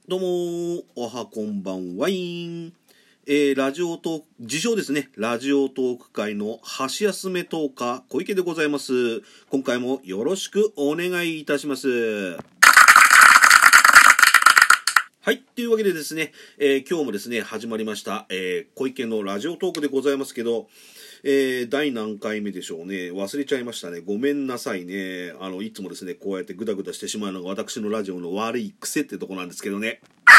どうもおはこんばんはラジオトーク、自称ですね、ラジオトーク界の箸休めトーカー小池でございます。今回もよろしくお願いいたします。はい。というわけでですね、今日もですね、始まりました、小池のラジオトークでございますけど、第何回目でしょうね。忘れちゃいましたね。ごめんなさいね。いつもですね、こうやってグダグダしてしまうのが私のラジオの悪い癖ってとこなんですけどね。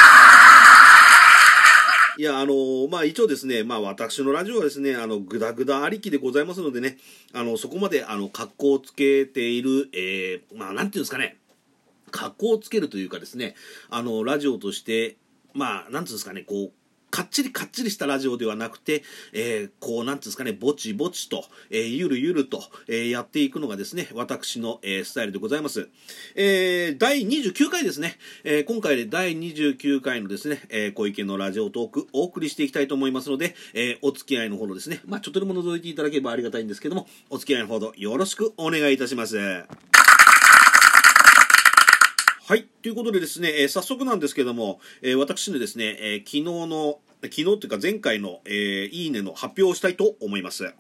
いや、一応ですね、私のラジオはですね、グダグダありきでございますのでね、そこまで、格好をつけている、なんていうんですかね、格好をつけるというかですね、ラジオとして、なんていうんですかね、こう、かっちりしたラジオではなくて、こう、なんていうんですかね、ぼちぼちと、ゆるゆると、やっていくのがですね、私の、スタイルでございます。第29回ですね、今回で第29回のですね、小池のラジオトークお送りしていきたいと思いますので、お付き合いのほどですね、ちょっとでも覗いていただければありがたいんですけども、お付き合いのほどよろしくお願いいたします。はい。ということでですね、早速なんですけども、私のですね、昨日というか前回の、いいねの発表をしたいと思います。はい。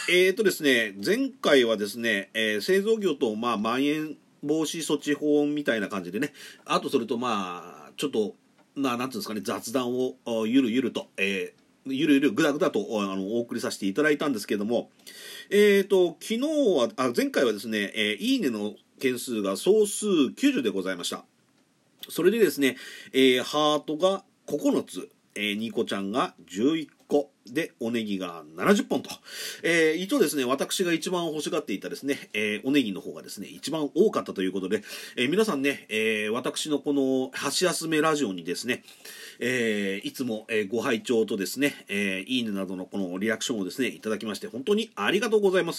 ですね、前回はですね、製造業と、まん延防止措置法みたいな感じでね、あとそれとちょっと、なんていうんですかね、雑談をゆるゆると、ゆるゆるぐだぐだとお送りさせていただいたんですけども、昨日は、前回はですね、いいねの件数が総数90でございました。それでですね、ハートが9つ、ニコちゃんが11個で、おネギが70本と、一応ですね、私が一番欲しがっていたですね、おネギの方がですね、一番多かったということで、皆さんね、私のこの箸休めラジオにですね、いつも、ご拝聴とですね、いいねなどのこのリアクションをですね、いただきまして本当にありがとうございます。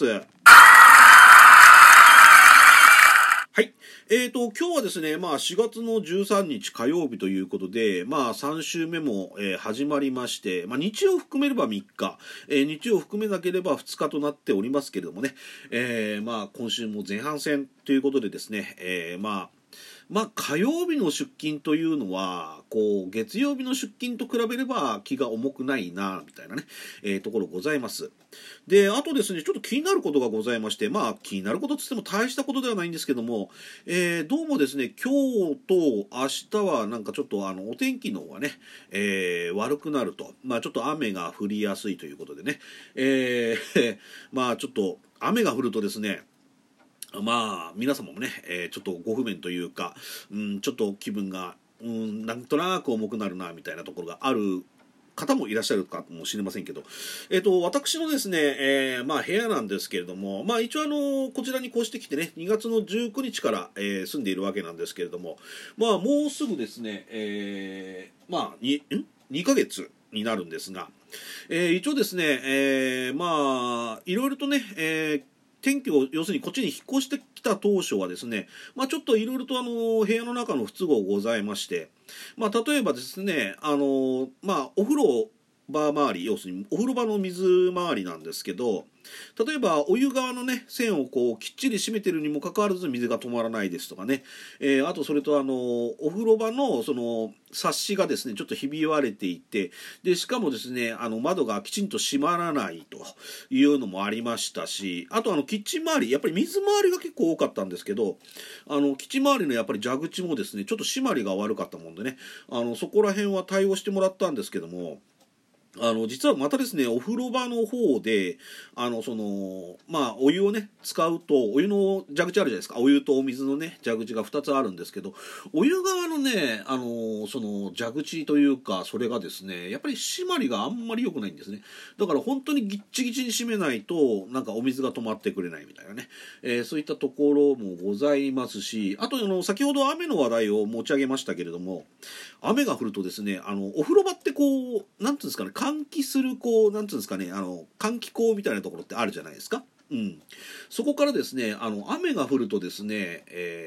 はい。今日はですね、4月の13日火曜日ということで、3週目も、始まりまして、日曜含めれば3日、日曜含めなければ2日となっておりますけれどもね、今週も前半戦ということでですね、火曜日の出勤というのはこう月曜日の出勤と比べれば気が重くないなみたいなね、ところございます。で、あとですね、ちょっと気になることがございまして、気になることっつっても大したことではないんですけども、どうもですね、今日と明日はなんかちょっとお天気の方がね、悪くなると、ちょっと雨が降りやすいということでね、ちょっと雨が降るとですね、皆様もね、ちょっとご不便というか、ちょっと気分が、なんとなく重くなるなみたいなところがある方もいらっしゃるかもしれませんけど、私のですね、部屋なんですけれども、一応こちらに越してきてね、2月の19日から、住んでいるわけなんですけれども、もうすぐですね、2ヶ月になるんですが、一応ですね、いろいろとね、転居要するにこっちに引っ越してきた当初はですね、ちょっといろいろと部屋の中の不都合ございまして、例えばですね、お風呂場周り、要するにお風呂場の水回りなんですけど、例えばお湯側のね線をこうきっちり締めてるにもかかわらず水が止まらないですとかね、あとそれとお風呂場のそのサッシがですねちょっとひび割れていて、でしかもですね窓がきちんと閉まらないというのもありましたし、あとキッチン周りやっぱり水回りが結構多かったんですけど、キッチン周りのやっぱり蛇口もですねちょっと締まりが悪かったもんでね、そこら辺は対応してもらったんですけども、実はまたですねお風呂場の方でお湯をね使うとお湯の蛇口あるじゃないですか。お湯とお水のね蛇口が2つあるんですけど、お湯側のねその蛇口というかそれがですねやっぱり締まりがあんまり良くないんですね。だから本当にギッチギチに締めないとなんかお水が止まってくれないみたいなね、そういったところもございますし、あと先ほど雨の話題を持ち上げましたけれども、雨が降るとですねお風呂場ってこうなんていうんですかね、換気するこうなんていうんですかね換気口みたいなところってあるじゃないですか。そこからですね雨が降るとですね、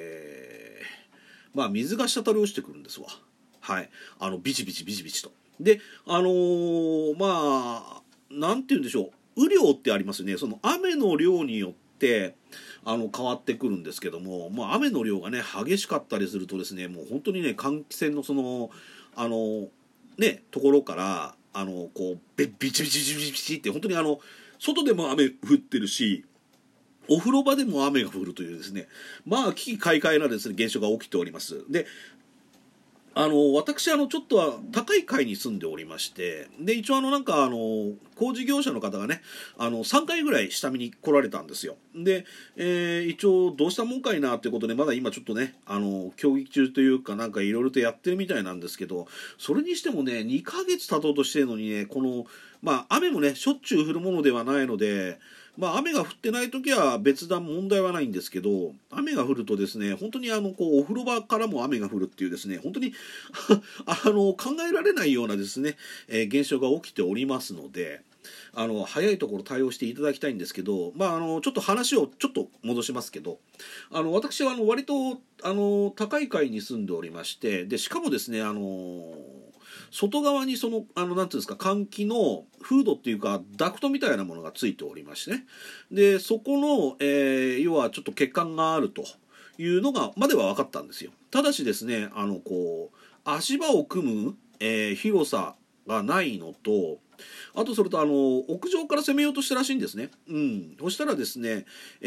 水が滴り落ちてくるんですわ。はい、ビチビチビチビチと。でなんて言うんでしょう、雨量ってありますよね。その雨の量によっって変わってくるんですけども、雨の量がね激しかったりするとですね、もう本当にね換気扇のそのところからこうビチビチビチビチって本当に外でも雨降ってるし、お風呂場でも雨が降るというですね、危機快快なですね現象が起きております。で私ちょっとは高い階に住んでおりまして、で一応工事業者の方がね3回ぐらい下見に来られたんですよ。で、一応どうしたもんかいなということで、まだ今ちょっとね協議中というかいろいろとやってるみたいなんですけど、それにしてもね2ヶ月経とうとしてるのにね、この雨もねしょっちゅう降るものではないので、雨が降ってない時は別段問題はないんですけど、雨が降るとですね本当にお風呂場からも雨が降るっていうですね、本当に考えられないようなですね、現象が起きておりますので、早いところ対応していただきたいんですけど、ちょっと話をちょっと戻しますけど、私は割と高い階に住んでおりまして、でしかもですね外側になんていうんですか、換気のフードっていうかダクトみたいなものがついておりましてね、でそこの、要はちょっと欠陥があるというのがまでは分かったんですよ。ただしですね足場を組む、広さがないのと、あとそれと屋上から攻めようとしたらしいんですね。そしたらですね、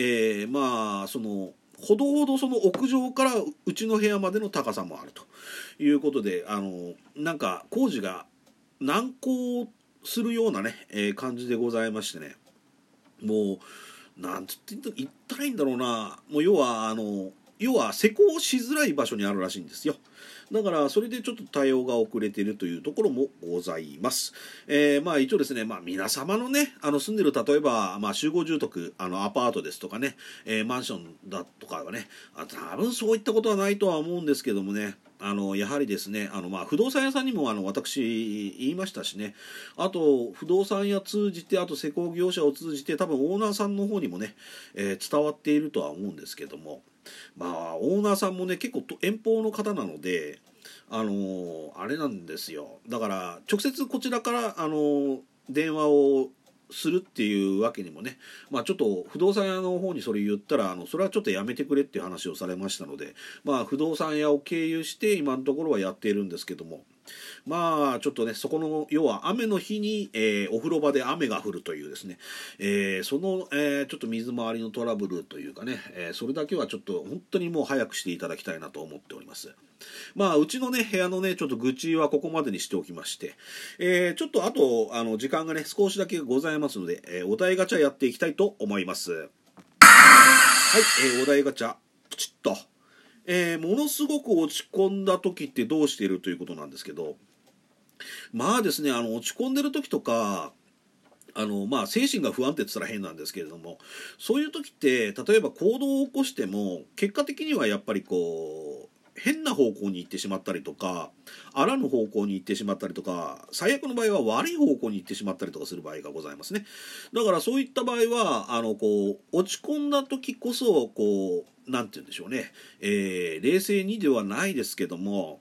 ほどほどその屋上からうちの部屋までの高さもあるということで、工事が難航するようなね、感じでございましてね、もうなんつって言ったらいいんだろうな、もう要は施工しづらい場所にあるらしいんですよ。だからそれでちょっと対応が遅れているというところもございます。一応ですね、皆様のね住んでる例えば、集合住宅アパートですとかね、マンションだとかはね多分そういったことはないとは思うんですけどもね、やはりですね不動産屋さんにも私言いましたしね、あと不動産屋通じて、あと施工業者を通じて多分オーナーさんの方にもね、伝わっているとは思うんですけども、オーナーさんもね結構遠方の方なのであれなんですよ。だから直接こちらから電話をするっていうわけにもね、ちょっと不動産屋の方にそれ言ったらそれはちょっとやめてくれっていう話をされましたので、不動産屋を経由して今のところはやっているんですけども、ちょっとねそこの要は雨の日に、お風呂場で雨が降るというですね、その、ちょっと水回りのトラブルというかね、それだけはちょっと本当にもう早くしていただきたいなと思っております。うちのね部屋のねちょっと愚痴はここまでにしておきまして、ちょっとあと時間がね少しだけございますので、お題ガチャやっていきたいと思います。はい、お題ガチャプチッと、ものすごく落ち込んだ時ってどうしているということなんですけど、ですね落ち込んでる時とか精神が不安定って言ったら変なんですけれども、そういう時って例えば行動を起こしても結果的にはやっぱり変な方向に行ってしまったりとか、あらぬ方向に行ってしまったりとか、最悪の場合は悪い方向に行ってしまったりとかする場合がございますね。だからそういった場合は落ち込んだ時こそなんて言うんでしょうね、冷静にではないですけども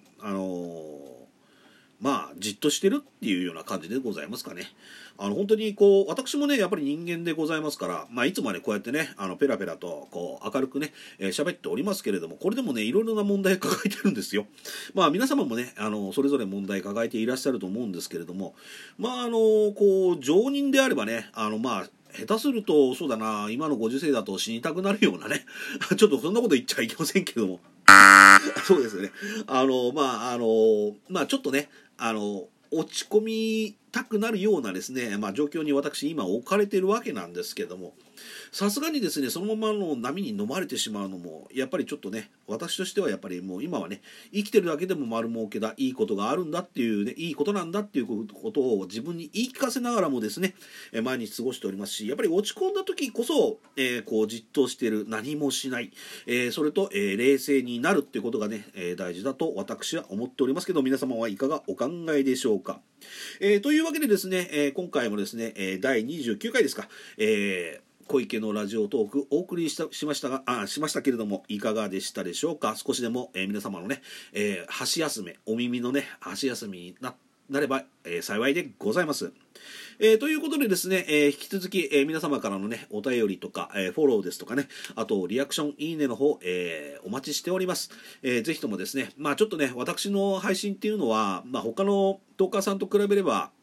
じっとしてるっていうような感じでございますかね。本当に私もねやっぱり人間でございますから、いつもねこうやってねペラペラと明るくね喋っておりますけれども、これでもねいろいろな問題抱えてるんですよ。皆様もねそれぞれ問題抱えていらっしゃると思うんですけれども、常人であればね下手するとそうだな、今のご時世だと死にたくなるようなねちょっとそんなこと言っちゃいけませんけどもそうですよね。ちょっとね落ち込みたくなるようなですね、状況に私今置かれているわけなんですけども、さすがにですねそのままの波に飲まれてしまうのもやっぱりちょっとね、私としてはやっぱりもう今はね生きてるだけでも丸儲けだ、いいことがあるんだっていうね、いいことなんだっていうことを自分に言い聞かせながらもですね毎日過ごしておりますし、やっぱり落ち込んだ時こそ、じっとしている、何もしない、それと、冷静になるっていうことがね、大事だと私は思っておりますけど、皆様はいかがお考えでしょうか。というわけでですね、今回もですね、第29回ですか、小池のラジオトークお送りしましたけれども、いかがでしたでしょうか。少しでも、皆様のね、箸休め、お耳のね箸休めにななれば、幸いでございます。ということでですね、引き続き、皆様からのね、お便りとか、フォローですとかね、あと、リアクション、いいねの方、お待ちしております。ぜひともですね、ちょっとね、私の配信っていうのは、他のトーカーさんと比べれば、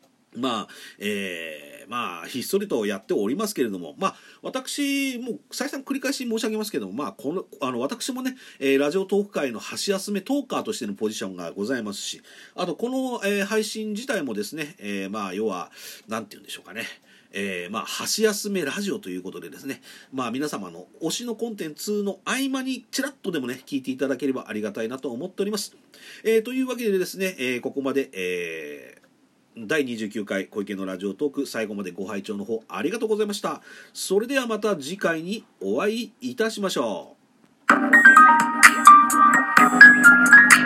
ひっそりとやっておりますけれども、私も再三繰り返し申し上げますけども、私もね、ラジオトーク界の箸休めトーカーとしてのポジションがございますし、あとこの、配信自体もですね、要はなんて言うんでしょうかね、箸休めラジオということでですね、皆様の推しのコンテンツの合間にちらっとでもね聞いていただければありがたいなと思っております。というわけでですね、ここまで、第29回小池のラジオトーク、最後までご拝聴の方ありがとうございました。それではまた次回にお会いいたしましょう。